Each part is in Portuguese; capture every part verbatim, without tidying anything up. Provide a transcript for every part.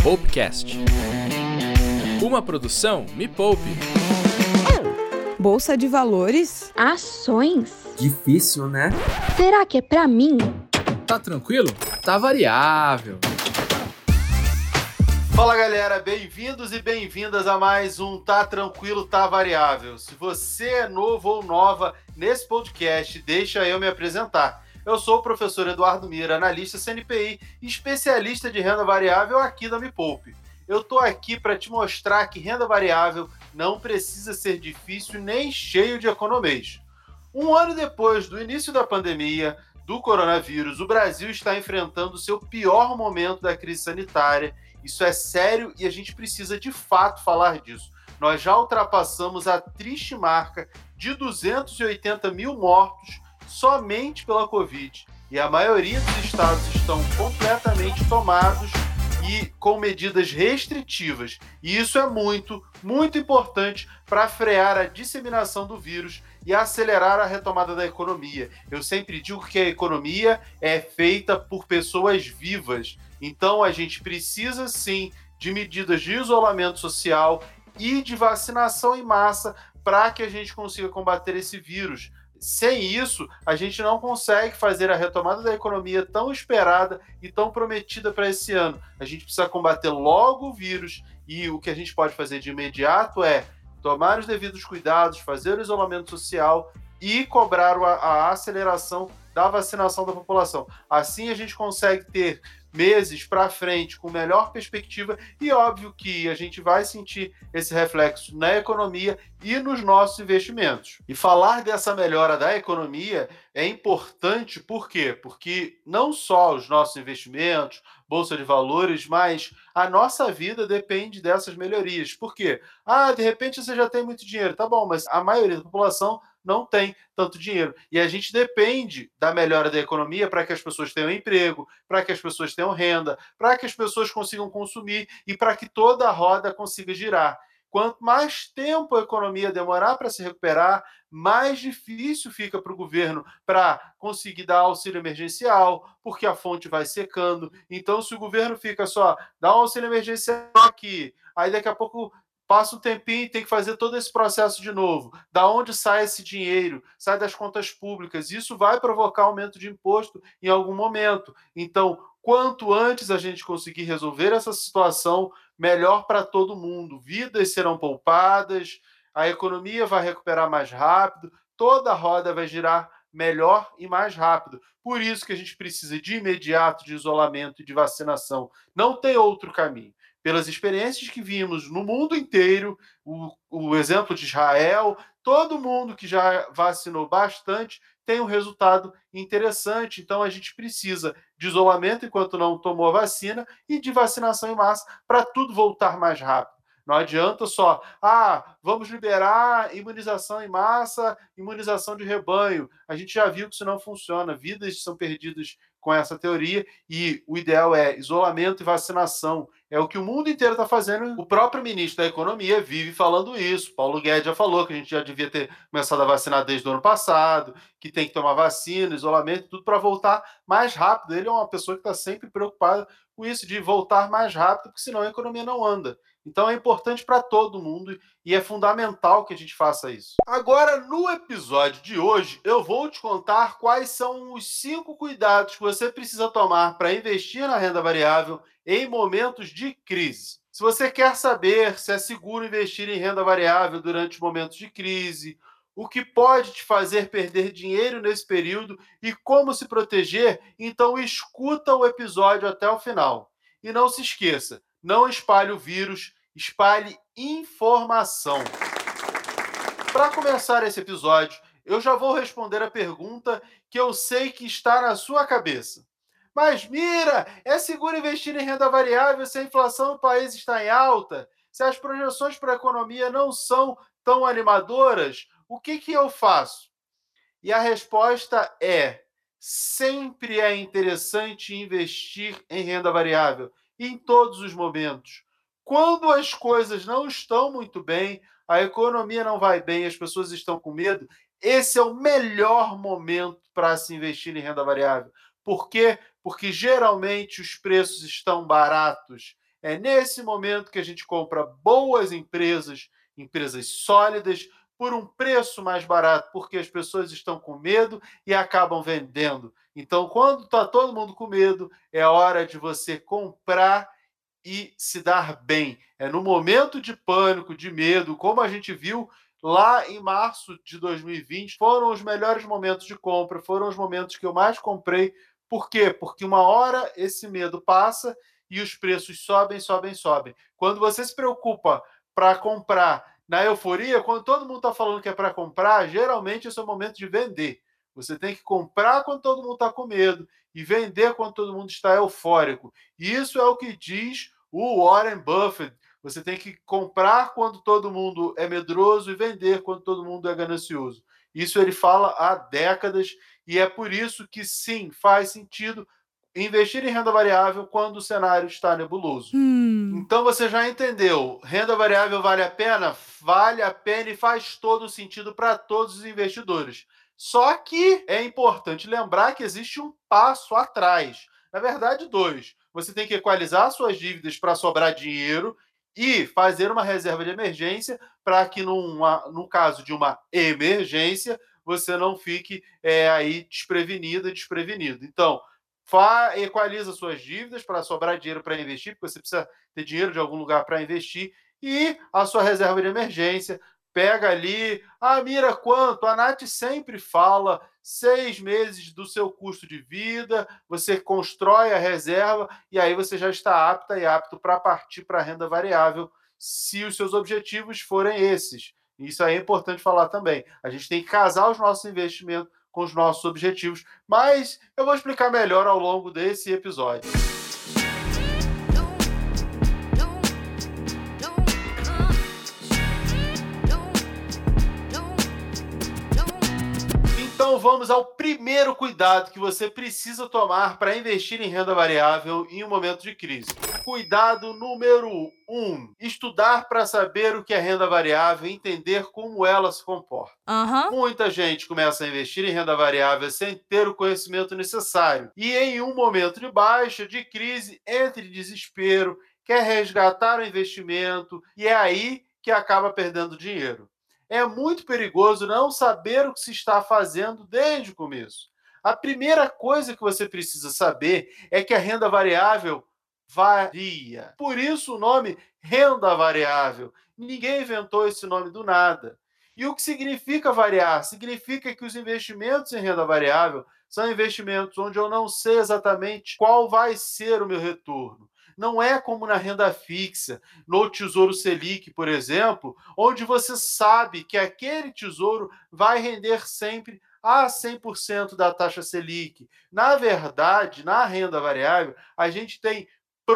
Poupecast. Uma produção Me Poupe. Bolsa de valores? Ações? Difícil, né? Será que é pra mim? Tá tranquilo? Tá variável. Fala galera, bem-vindos e bem-vindas a mais um Tá Tranquilo, Tá Variável. Se você é novo ou nova nesse podcast, deixa eu me apresentar. Eu sou o professor Eduardo Mira, analista C N P I e especialista de renda variável aqui da Me Poupe. Eu tô aqui para te mostrar que renda variável não precisa ser difícil nem cheio de economês. Um ano depois do início da pandemia do coronavírus, o Brasil está enfrentando o seu pior momento da crise sanitária. Isso é sério e a gente precisa de fato falar disso. Nós já ultrapassamos a triste marca de duzentos e oitenta mil mortos somente pela Covid. E a maioria dos estados estão completamente tomados e com medidas restritivas. E isso é muito, muito importante para frear a disseminação do vírus e acelerar a retomada da economia. Eu sempre digo que a economia é feita por pessoas vivas. Então a gente precisa sim de medidas de isolamento social e de vacinação em massa para que a gente consiga combater esse vírus. Sem isso, a gente não consegue fazer a retomada da economia tão esperada e tão prometida para esse ano. A gente precisa combater logo o vírus e o que a gente pode fazer de imediato é tomar os devidos cuidados, fazer o isolamento social e cobrar a, a aceleração da vacinação da população. Assim a gente consegue ter meses para frente com melhor perspectiva e óbvio que a gente vai sentir esse reflexo na economia e nos nossos investimentos. E falar dessa melhora da economia é importante, por quê? Porque não só os nossos investimentos, bolsa de valores, mas a nossa vida depende dessas melhorias. Por quê? Ah, de repente você já tem muito dinheiro, tá bom, mas a maioria da população não tem tanto dinheiro. E a gente depende da melhora da economia para que as pessoas tenham emprego, para que as pessoas tenham renda, para que as pessoas consigam consumir e para que toda a roda consiga girar. Quanto mais tempo a economia demorar para se recuperar, mais difícil fica para o governo para conseguir dar auxílio emergencial, porque a fonte vai secando. Então, se o governo fica só, dá um auxílio emergencial aqui, aí daqui a pouco passa um tempinho e tem que fazer todo esse processo de novo. Da onde sai esse dinheiro? Sai das contas públicas. Isso vai provocar aumento de imposto em algum momento. Então, quanto antes a gente conseguir resolver essa situação, melhor para todo mundo. Vidas serão poupadas, a economia vai recuperar mais rápido, toda a roda vai girar melhor e mais rápido. Por isso que a gente precisa de imediato de isolamento e de vacinação. Não tem outro caminho. Pelas experiências que vimos no mundo inteiro, o, o exemplo de Israel, todo mundo que já vacinou bastante tem um resultado interessante. Então, a gente precisa de isolamento enquanto não tomou a vacina e de vacinação em massa para tudo voltar mais rápido. Não adianta só, ah, vamos liberar imunização em massa, imunização de rebanho. A gente já viu que isso não funciona. Vidas são perdidas com essa teoria e o ideal é isolamento e vacinação. É o que o mundo inteiro está fazendo. O próprio ministro da Economia vive falando isso. Paulo Guedes já falou que a gente já devia ter começado a vacinar desde o ano passado, que tem que tomar vacina, isolamento, tudo para voltar mais rápido. Ele é uma pessoa que está sempre preocupada com isso, de voltar mais rápido, porque senão a economia não anda. Então é importante para todo mundo e é fundamental que a gente faça isso. Agora, no episódio de hoje, eu vou te contar quais são os cinco cuidados que você precisa tomar para investir na renda variável em momentos de crise. Se você quer saber se é seguro investir em renda variável durante momentos de crise, o que pode te fazer perder dinheiro nesse período e como se proteger, então escuta o episódio até o final. E não se esqueça, não espalhe o vírus, espalhe informação. Para começar esse episódio, eu já vou responder a pergunta que eu sei que está na sua cabeça. Mas, Mira, é seguro investir em renda variável se a inflação no país está em alta? Se as projeções para a economia não são tão animadoras, o que, que eu faço? E a resposta é: sempre é interessante investir em renda variável, em todos os momentos. Quando as coisas não estão muito bem, a economia não vai bem, as pessoas estão com medo, esse é o melhor momento para se investir em renda variável. Por quê? Porque geralmente os preços estão baratos. É nesse momento que a gente compra boas empresas, empresas sólidas, por um preço mais barato, porque as pessoas estão com medo e acabam vendendo. Então, quando está todo mundo com medo, é hora de você comprar e se dar bem. É no momento de pânico, de medo, como a gente viu lá em março de dois mil e vinte, foram os melhores momentos de compra, foram os momentos que eu mais comprei. Por quê? Porque uma hora esse medo passa e os preços sobem, sobem, sobem. Quando você se preocupa para comprar na euforia, quando todo mundo está falando que é para comprar, geralmente esse é o momento de vender. Você tem que comprar quando todo mundo está com medo e vender quando todo mundo está eufórico. Isso é o que diz o Warren Buffett. Você tem que comprar quando todo mundo é medroso e vender quando todo mundo é ganancioso. Isso ele fala há décadas e é por isso que, sim, faz sentido investir em renda variável quando o cenário está nebuloso. Hum. Então você já entendeu, renda variável vale a pena? Vale a pena e faz todo sentido para todos os investidores. Só que é importante lembrar que existe um passo atrás. Na verdade, dois. Você tem que equalizar suas dívidas para sobrar dinheiro e fazer uma reserva de emergência para que, numa, no caso de uma emergência, você não fique é, aí desprevenido e desprevenido. Então, fa equaliza suas dívidas para sobrar dinheiro para investir, porque você precisa ter dinheiro de algum lugar para investir, e a sua reserva de emergência. Pega ali, ah, mira quanto? A Nath sempre fala seis meses do seu custo de vida, você constrói a reserva e aí você já está apta e apto para partir para a renda variável, se os seus objetivos forem esses. Isso aí é importante falar também. A gente tem que casar os nossos investimentos com os nossos objetivos, mas eu vou explicar melhor ao longo desse episódio. Então vamos ao primeiro cuidado que você precisa tomar para investir em renda variável em um momento de crise. Cuidado número um: estudar para saber o que é renda variável e entender como ela se comporta. Aham. Muita gente começa a investir em renda variável sem ter o conhecimento necessário. E em um momento de baixa, de crise, entra em desespero, quer resgatar o investimento e é aí que acaba perdendo dinheiro. É muito perigoso não saber o que se está fazendo desde o começo. A primeira coisa que você precisa saber é que a renda variável varia. Por isso o nome renda variável. Ninguém inventou esse nome do nada. E o que significa variar? Significa que os investimentos em renda variável são investimentos onde eu não sei exatamente qual vai ser o meu retorno. Não é como na renda fixa, no Tesouro Selic, por exemplo, onde você sabe que aquele tesouro vai render sempre a cem por cento da taxa Selic. Na verdade, na renda variável, a gente tem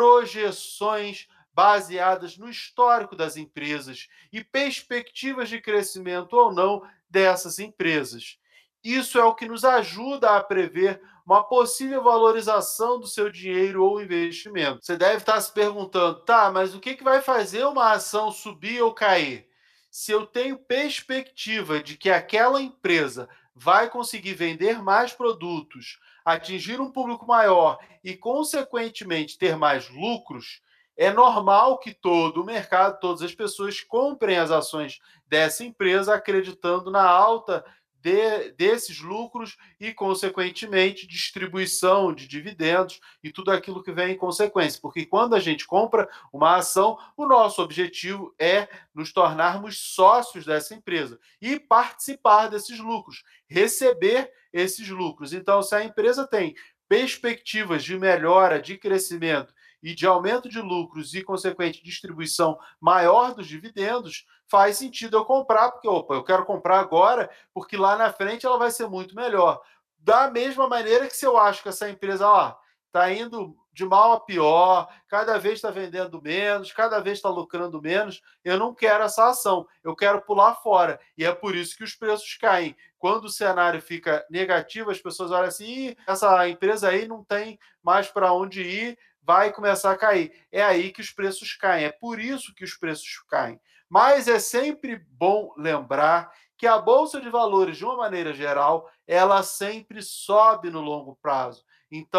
projeções baseadas no histórico das empresas e perspectivas de crescimento ou não dessas empresas. Isso é o que nos ajuda a prever uma possível valorização do seu dinheiro ou investimento. Você deve estar se perguntando, tá, mas o que que vai fazer uma ação subir ou cair? Se eu tenho perspectiva de que aquela empresa vai conseguir vender mais produtos, atingir um público maior e, consequentemente, ter mais lucros, é normal que todo o mercado, todas as pessoas comprem as ações dessa empresa acreditando na alta de, desses lucros e, consequentemente, distribuição de dividendos e tudo aquilo que vem em consequência. Porque quando a gente compra uma ação, o nosso objetivo é nos tornarmos sócios dessa empresa e participar desses lucros, receber esses lucros. Então, se a empresa tem perspectivas de melhora, de crescimento e de aumento de lucros e, consequente, distribuição maior dos dividendos, faz sentido eu comprar, porque, opa, eu quero comprar agora, porque lá na frente ela vai ser muito melhor. Da mesma maneira que se eu acho que essa empresa, ó, está indo de mal a pior, cada vez está vendendo menos, cada vez está lucrando menos, eu não quero essa ação, eu quero pular fora. E é por isso que os preços caem. Quando o cenário fica negativo, as pessoas olham assim, essa empresa aí não tem mais para onde ir, vai começar a cair. É aí que os preços caem, é por isso que os preços caem. Mas é sempre bom lembrar que a Bolsa de Valores, de uma maneira geral, ela sempre sobe no longo prazo. Então,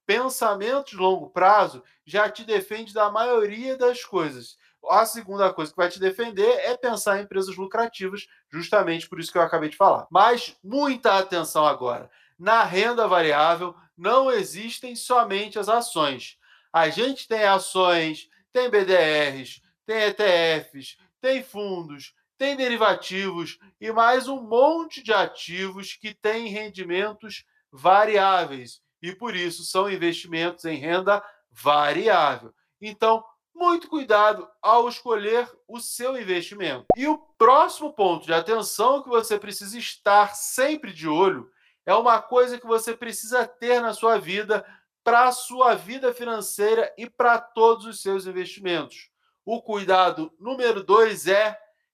pensamento de longo prazo já te defende da maioria das coisas. A segunda coisa que vai te defender é pensar em empresas lucrativas, justamente por isso que eu acabei de falar. Mas muita atenção agora. Na renda variável não existem somente as ações. A gente tem ações, tem B D Rs, tem E T Fs, tem fundos, tem derivativos e mais um monte de ativos que têm rendimentos variáveis e, por isso, são investimentos em renda variável. Então, muito cuidado ao escolher o seu investimento. E o próximo ponto de atenção que você precisa estar sempre de olho é uma coisa que você precisa ter na sua vida para a sua vida financeira e para todos os seus investimentos. O cuidado número dois é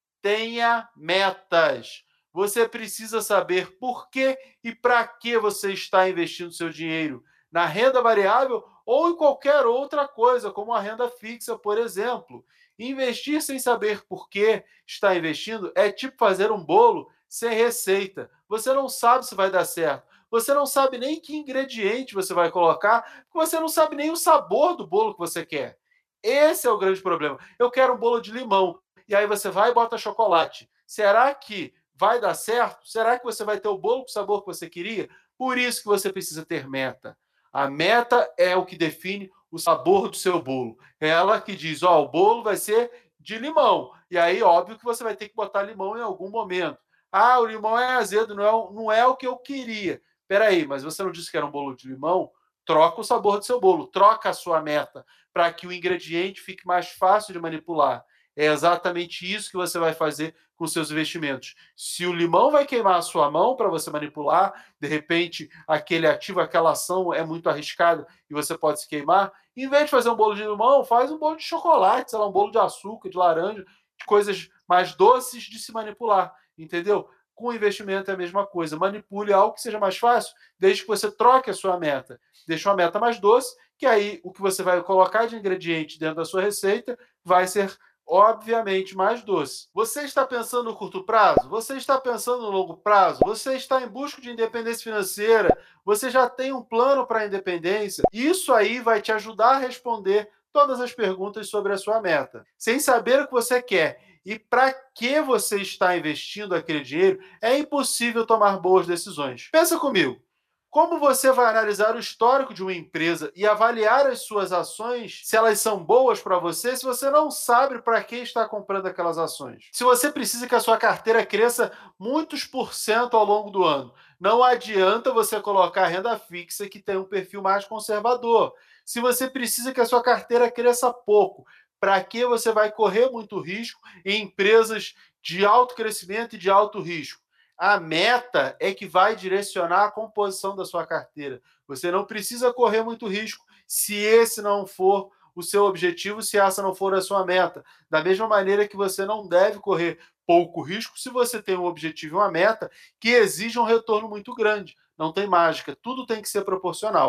tenha metas. Você precisa saber por que e para que você está investindo seu dinheiro na renda variável ou em qualquer outra coisa, como a renda fixa, por exemplo. Investir sem saber por que está investindo é tipo fazer um bolo sem receita. Você não sabe se vai dar certo. Você não sabe nem que ingrediente você vai colocar, você não sabe nem o sabor do bolo que você quer. Esse é o grande problema. Eu quero um bolo de limão. E aí você vai e bota chocolate. Será que vai dar certo? Será que você vai ter o bolo com o sabor que você queria? Por isso que você precisa ter meta. A meta é o que define o sabor do seu bolo. É ela que diz, ó, o bolo vai ser de limão. E aí, óbvio que você vai ter que botar limão em algum momento. Ah, o limão é azedo, não é, não é o que eu queria. Peraí, mas você não disse que era um bolo de limão? Troca o sabor do seu bolo, troca a sua meta, para que o ingrediente fique mais fácil de manipular. É exatamente isso que você vai fazer com seus investimentos. Se o limão vai queimar a sua mão para você manipular, de repente aquele ativo, aquela ação é muito arriscada e você pode se queimar, em vez de fazer um bolo de limão, faz um bolo de chocolate, sei lá, um bolo de açúcar, de laranja, de coisas mais doces de se manipular, entendeu? Com o investimento é a mesma coisa. Manipule algo que seja mais fácil, desde que você troque a sua meta. Deixe uma meta mais doce, que aí o que você vai colocar de ingrediente dentro da sua receita vai ser obviamente mais doce. Você está pensando no curto prazo? Você está pensando no longo prazo? Você está em busca de independência financeira? Você já tem um plano para a independência? Isso aí vai te ajudar a responder todas as perguntas sobre a sua meta. Sem saber o que você quer e para que você está investindo aquele dinheiro, é impossível tomar boas decisões. Pensa comigo. Como você vai analisar o histórico de uma empresa e avaliar as suas ações, se elas são boas para você, se você não sabe para que está comprando aquelas ações? Se você precisa que a sua carteira cresça muitos por cento ao longo do ano, não adianta você colocar renda fixa que tem um perfil mais conservador. Se você precisa que a sua carteira cresça pouco, para que você vai correr muito risco em empresas de alto crescimento e de alto risco? A meta é que vai direcionar a composição da sua carteira. Você não precisa correr muito risco se esse não for o seu objetivo, se essa não for a sua meta. Da mesma maneira que você não deve correr pouco risco se você tem um objetivo e uma meta que exige um retorno muito grande. Não tem mágica, tudo tem que ser proporcional.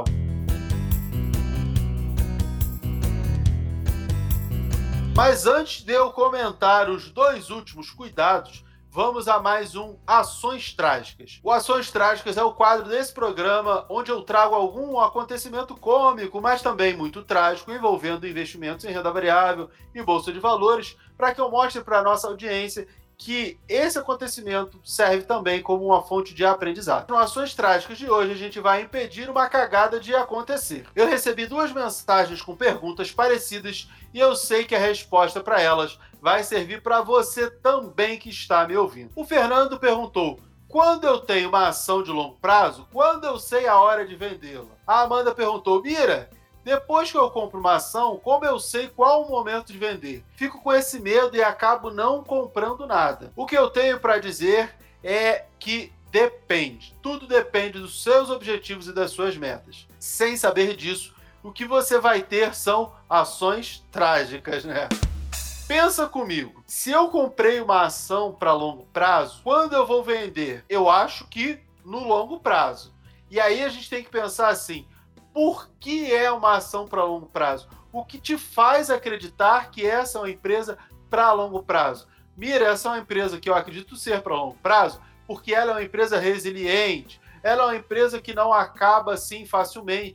Mas antes de eu comentar os dois últimos cuidados, vamos a mais um Ações Trágicas. O Ações Trágicas é o quadro desse programa onde eu trago algum acontecimento cômico, mas também muito trágico, envolvendo investimentos em renda variável e bolsa de valores, para que eu mostre para a nossa audiência que esse acontecimento serve também como uma fonte de aprendizado. No Ações Trágicas de hoje, a gente vai impedir uma cagada de acontecer. Eu recebi duas mensagens com perguntas parecidas e eu sei que a resposta para elas vai servir para você também que está me ouvindo. O Fernando perguntou: quando eu tenho uma ação de longo prazo, quando eu sei a hora de vendê-la? A Amanda perguntou: Mira, depois que eu compro uma ação, como eu sei qual o momento de vender? Fico com esse medo e acabo não comprando nada. O que eu tenho para dizer é que depende. Tudo depende dos seus objetivos e das suas metas. Sem saber disso, o que você vai ter são ações trágicas, né? Pensa comigo, se eu comprei uma ação para longo prazo, quando eu vou vender? Eu acho que no longo prazo. E aí a gente tem que pensar assim: por que é uma ação para longo prazo? O que te faz acreditar que essa é uma empresa para longo prazo? Mira, essa é uma empresa que eu acredito ser para longo prazo porque ela é uma empresa resiliente, ela é uma empresa que não acaba assim facilmente.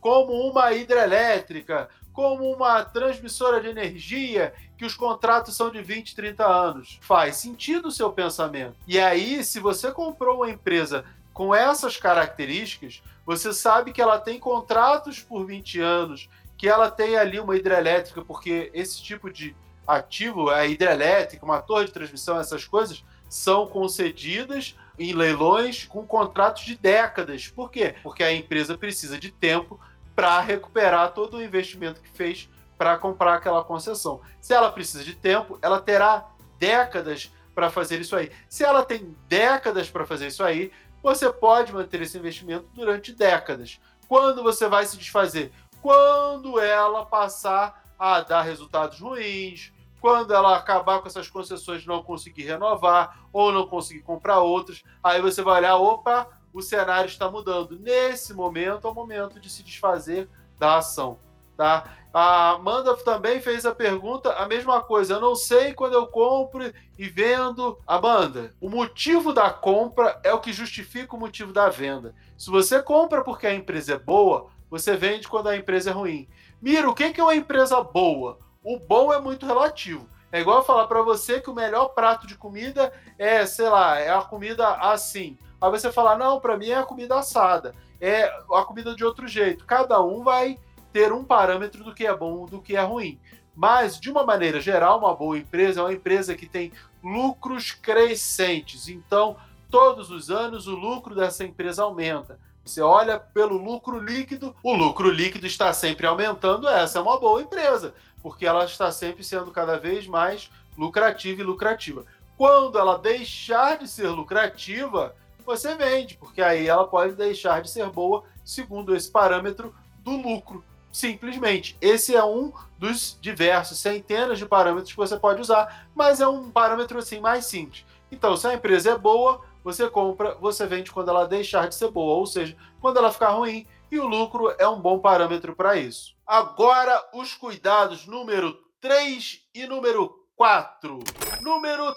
como uma hidrelétrica, como uma transmissora de energia, que os contratos são de vinte, trinta anos. Faz sentido o seu pensamento. E aí, se você comprou uma empresa com essas características, você sabe que ela tem contratos por vinte anos, que ela tem ali uma hidrelétrica, porque esse tipo de ativo, a hidrelétrica, uma torre de transmissão, essas coisas, são concedidas em leilões com contratos de décadas. Por quê? Porque a empresa precisa de tempo para recuperar todo o investimento que fez para comprar aquela concessão. Se ela precisa de tempo, ela terá décadas para fazer isso aí. Se ela tem décadas para fazer isso aí, você pode manter esse investimento durante décadas. Quando você vai se desfazer? Quando ela passar a dar resultados ruins, quando ela acabar com essas concessões, não conseguir renovar ou não conseguir comprar outras, aí você vai olhar, opa, o cenário está mudando. Nesse momento é o momento de se desfazer da ação, tá? A Amanda também fez a pergunta, a mesma coisa. Eu não sei quando eu compro e vendo. Amanda, o motivo da compra é o que justifica o motivo da venda. Se você compra porque a empresa é boa, você vende quando a empresa é ruim. Mira, o que é uma empresa boa? O bom é muito relativo. É igual eu falar para você que o melhor prato de comida é, sei lá, é a comida assim. Aí você fala, não, para mim é a comida assada. É a comida de outro jeito. Cada um vai ter um parâmetro do que é bom e do que é ruim. Mas, de uma maneira geral, uma boa empresa é uma empresa que tem lucros crescentes. Então, todos os anos, o lucro dessa empresa aumenta. Você olha pelo lucro líquido, o lucro líquido está sempre aumentando, essa é uma boa empresa, porque ela está sempre sendo cada vez mais lucrativa e lucrativa. Quando ela deixar de ser lucrativa, você vende, porque aí ela pode deixar de ser boa segundo esse parâmetro do lucro. Simplesmente. Esse é um dos diversos centenas de parâmetros que você pode usar, mas é um parâmetro assim mais simples. Então, se a empresa é boa, você compra, você vende quando ela deixar de ser boa, ou seja, quando ela ficar ruim, e o lucro é um bom parâmetro para isso. Agora, os cuidados número três e número quatro. Número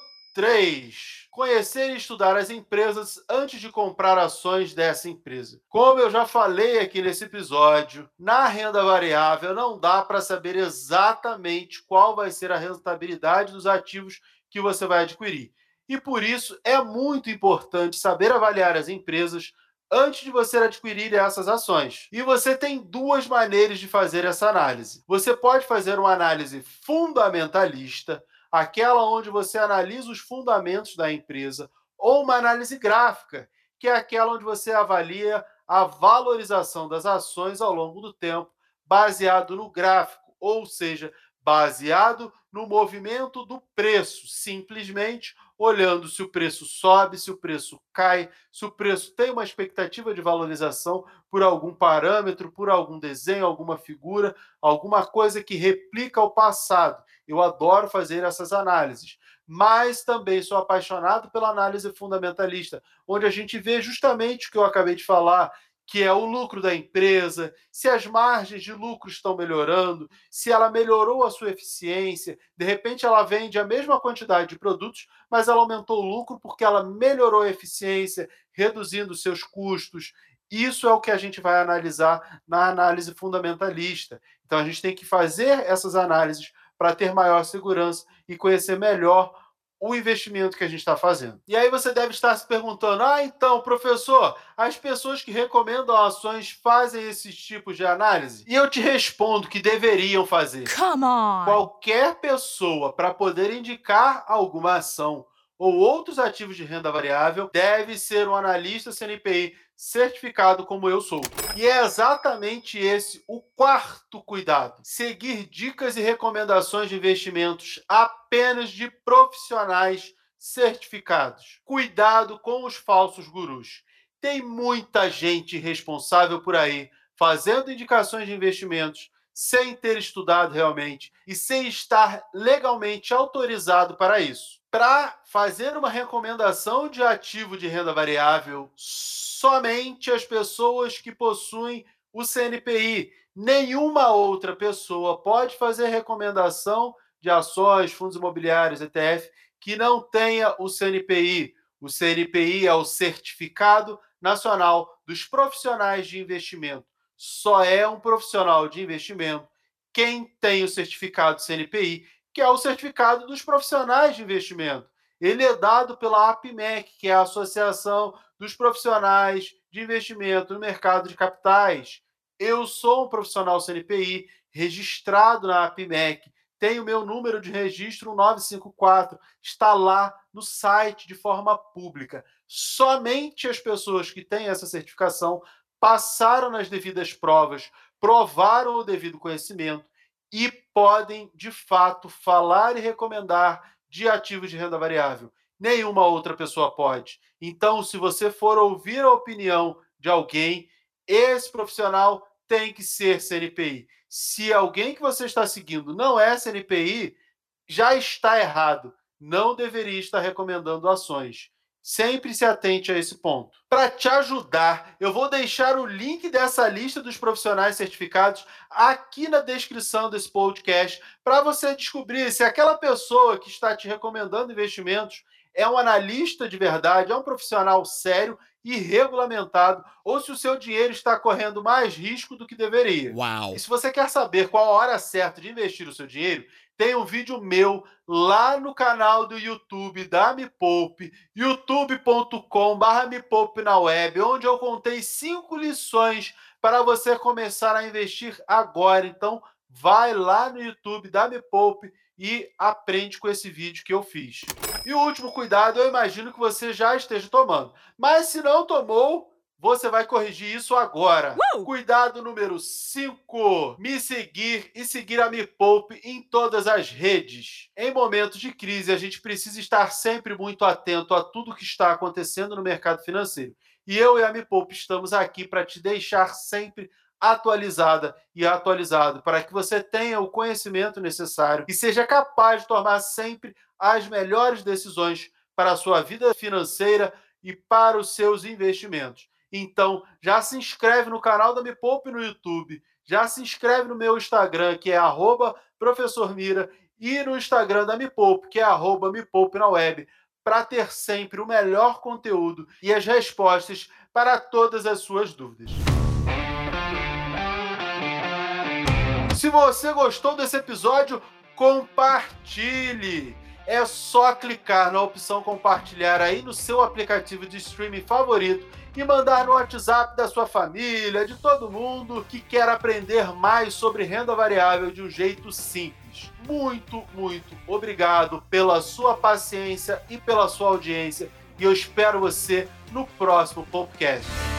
três. Conhecer e estudar as empresas antes de comprar ações dessa empresa. Como eu já falei aqui nesse episódio, na renda variável não dá para saber exatamente qual vai ser a rentabilidade dos ativos que você vai adquirir. E por isso é muito importante saber avaliar as empresas antes de você adquirir essas ações. E você tem duas maneiras de fazer essa análise. Você pode fazer uma análise fundamentalista, aquela onde você analisa os fundamentos da empresa, ou uma análise gráfica, que é aquela onde você avalia a valorização das ações ao longo do tempo, baseado no gráfico, ou seja, baseado no movimento do preço, simplesmente olhando se o preço sobe, se o preço cai, se o preço tem uma expectativa de valorização por algum parâmetro, por algum desenho, alguma figura, alguma coisa que replica o passado. Eu adoro fazer essas análises, mas também sou apaixonado pela análise fundamentalista, onde a gente vê justamente o que eu acabei de falar, que é o lucro da empresa, se as margens de lucro estão melhorando, se ela melhorou a sua eficiência, de repente ela vende a mesma quantidade de produtos, mas ela aumentou o lucro porque ela melhorou a eficiência, reduzindo seus custos. Isso é o que a gente vai analisar na análise fundamentalista. Então a gente tem que fazer essas análises para ter maior segurança e conhecer melhor o investimento que a gente está fazendo. E aí você deve estar se perguntando, ah, então, professor, as pessoas que recomendam ações fazem esses tipos de análise? E eu te respondo que deveriam fazer. Come on! Qualquer pessoa, para poder indicar alguma ação ou outros ativos de renda variável, deve ser um analista C N P I certificado como eu sou. E é exatamente esse o quarto cuidado. Seguir dicas e recomendações de investimentos apenas de profissionais certificados. Cuidado com os falsos gurus. Tem muita gente responsável por aí fazendo indicações de investimentos sem ter estudado realmente e sem estar legalmente autorizado para isso. Para fazer uma recomendação de ativo de renda variável, somente as pessoas que possuem o C N P I. Nenhuma outra pessoa pode fazer recomendação de ações, fundos imobiliários, E T F, que não tenha o C N P I. O C N P I é o Certificado Nacional dos Profissionais de Investimento. só é um profissional de investimento quem tem o certificado C N P I, que é o certificado dos profissionais de investimento. Ele é dado pela APIMEC, que é a Associação dos Profissionais de Investimento no Mercado de Capitais. Eu sou um profissional C N P I, registrado na APIMEC, tenho meu número de registro nove cinco quatro, está lá no site de forma pública. Somente as pessoas que têm essa certificação passaram nas devidas provas, provaram o devido conhecimento e podem, de fato, falar e recomendar de ativos de renda variável. Nenhuma outra pessoa pode. Então, se você for ouvir a opinião de alguém, esse profissional tem que ser C N P I. Se alguém que você está seguindo não é C N P I, já está errado. Não deveria estar recomendando ações. Sempre se atente a esse ponto. Para te ajudar, eu vou deixar o link dessa lista dos profissionais certificados aqui na descrição desse podcast para você descobrir se aquela pessoa que está te recomendando investimentos é um analista de verdade, é um profissional sério e regulamentado, ou se o seu dinheiro está correndo mais risco do que deveria. Uau! E se você quer saber qual a hora certa de investir o seu dinheiro, tem um vídeo meu lá no canal do YouTube da Me Poupe, youtube ponto com barra me poupe na web, onde eu contei cinco lições para você começar a investir agora. Então, vai lá no YouTube da Me Poupe e aprende com esse vídeo que eu fiz. E o último cuidado, eu imagino que você já esteja tomando. Mas se não tomou, você vai corrigir isso agora. Uh! Cuidado número cinco. Me seguir e seguir a Me Poupe em todas as redes. Em momentos de crise, a gente precisa estar sempre muito atento a tudo que está acontecendo no mercado financeiro. E eu e a Me Poupe estamos aqui para te deixar sempre atualizada e atualizado, para que você tenha o conhecimento necessário e seja capaz de tomar sempre as melhores decisões para a sua vida financeira e para os seus investimentos. Então, já se inscreve no canal da Me Poupe no YouTube, já se inscreve no meu Instagram, que é arroba professor Mira, e no Instagram da Me Poupe, que é arroba me poupe na web, para ter sempre o melhor conteúdo e as respostas para todas as suas dúvidas. Se você gostou desse episódio, compartilhe! É só clicar na opção compartilhar aí no seu aplicativo de streaming favorito e mandar no WhatsApp da sua família, de todo mundo que quer aprender mais sobre renda variável de um jeito simples. Muito, muito obrigado pela sua paciência e pela sua audiência e eu espero você no próximo podcast.